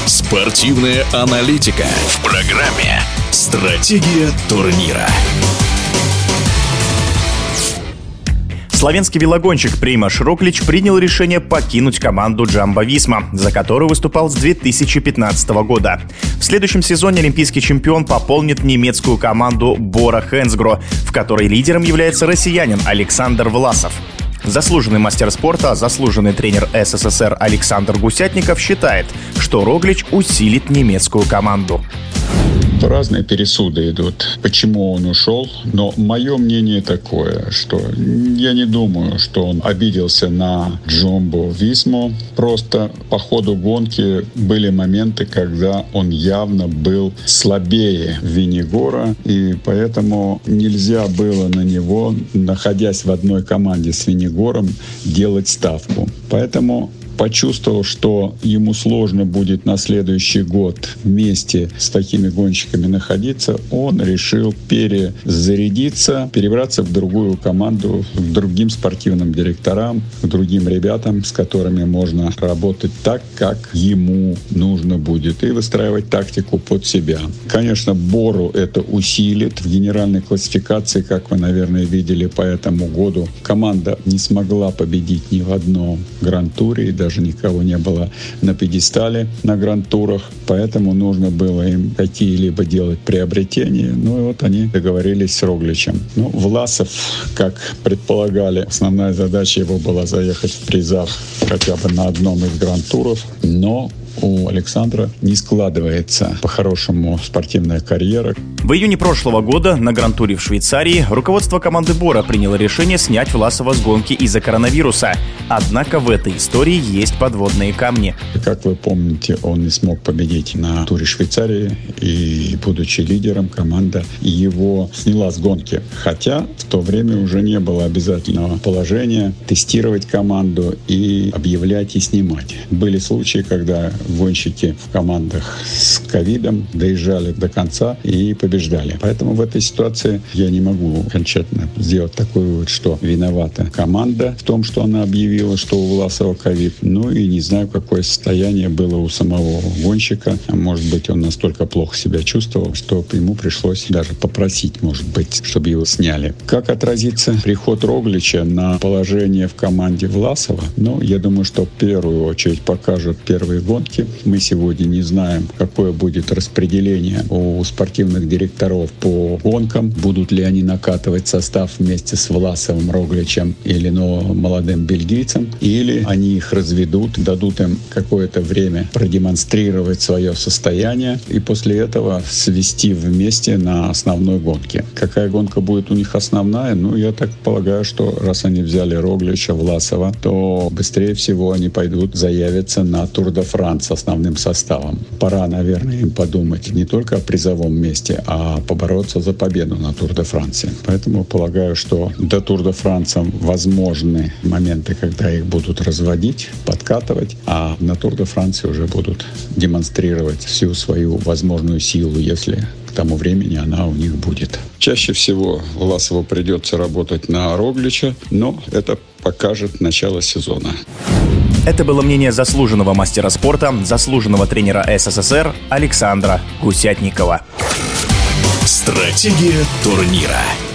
Спортивная аналитика в программе «Стратегия турнира». Славянский велогонщик Прimož Roglič принял решение покинуть команду Jumbo-Visma, за которую выступал с 2015 года. В следующем сезоне олимпийский чемпион пополнит немецкую команду Bora Hansgrohe, в которой лидером является россиянин Александр Власов. Заслуженный мастер спорта, заслуженный тренер СССР Александр Гусятников считает, что Роглич усилит немецкую команду. Разные пересуды идут, почему он ушел, но мое мнение такое, что я не думаю, что он обиделся на Jumbo-Visma. Просто по ходу гонки были моменты, когда он явно был слабее Винегора, и поэтому нельзя было на него, находясь в одной команде с Винегором, делать ставку. Поэтому почувствовал, что ему сложно будет на следующий год вместе с такими гонщиками находиться, он решил перезарядиться, перебраться в другую команду, к другим спортивным директорам, к другим ребятам, с которыми можно работать так, как ему нужно будет, и выстраивать тактику под себя. Конечно, Бору это усилит. В генеральной классификации, как вы, наверное, видели по этому году, команда не смогла победить ни в одном гран-туре, и даже никого не было на пьедестале на гран-турах, поэтому нужно было им какие-либо делать приобретения. Ну и вот они договорились с Рогличем. Ну, Власов, как предполагали, основная задача его была заехать в призах хотя бы на одном из гран-туров, но у Александра не складывается по-хорошему спортивная карьера. В июне прошлого года на гран-туре в Швейцарии руководство команды Бора приняло решение снять Власова с гонки из-за коронавируса. Однако в этой истории есть подводные камни. Как вы помните, он не смог победить на туре Швейцарии, и, будучи лидером, команда его сняла с гонки. Хотя в то время уже не было обязательного положения тестировать команду и объявлять и снимать. Были случаи, когда гонщики в командах с ковидом доезжали до конца и побеждали. Поэтому в этой ситуации я не могу окончательно сделать такой вывод, что виновата команда в том, что она объявила, что у Власова ковид. Ну и не знаю, какое состояние было у самого гонщика. Может быть, он настолько плохо себя чувствовал, что ему пришлось даже попросить, может быть, чтобы его сняли. Как отразится приход Роглича на положение в команде Власова? Ну, я думаю, что в первую очередь покажут первые гонки. Мы сегодня не знаем, какое будет распределение у спортивных директоров по гонкам. Будут ли они накатывать состав вместе с Власовым, Рогличем или молодым бельгийцем, или они их разведут, дадут им какое-то время продемонстрировать свое состояние и после этого свести вместе на основной гонке. Какая гонка будет у них основная? Ну, я так полагаю, что раз они взяли Роглича, Власова, то быстрее всего они пойдут, заявятся на Тур де Франс с основным составом. Пора, наверное, им подумать не только о призовом месте, а побороться за победу на Тур де Франсе. Поэтому полагаю, что до Тур де Франса возможны моменты, когда их будут разводить, подкатывать, а на Тур де Франсе уже будут демонстрировать всю свою возможную силу, если к тому времени она у них будет. Чаще всего Власову придется работать на Роглича, но это покажет начало сезона. Это было мнение заслуженного мастера спорта, заслуженного тренера СССР Александра Гусятникова. Стратегия турнира.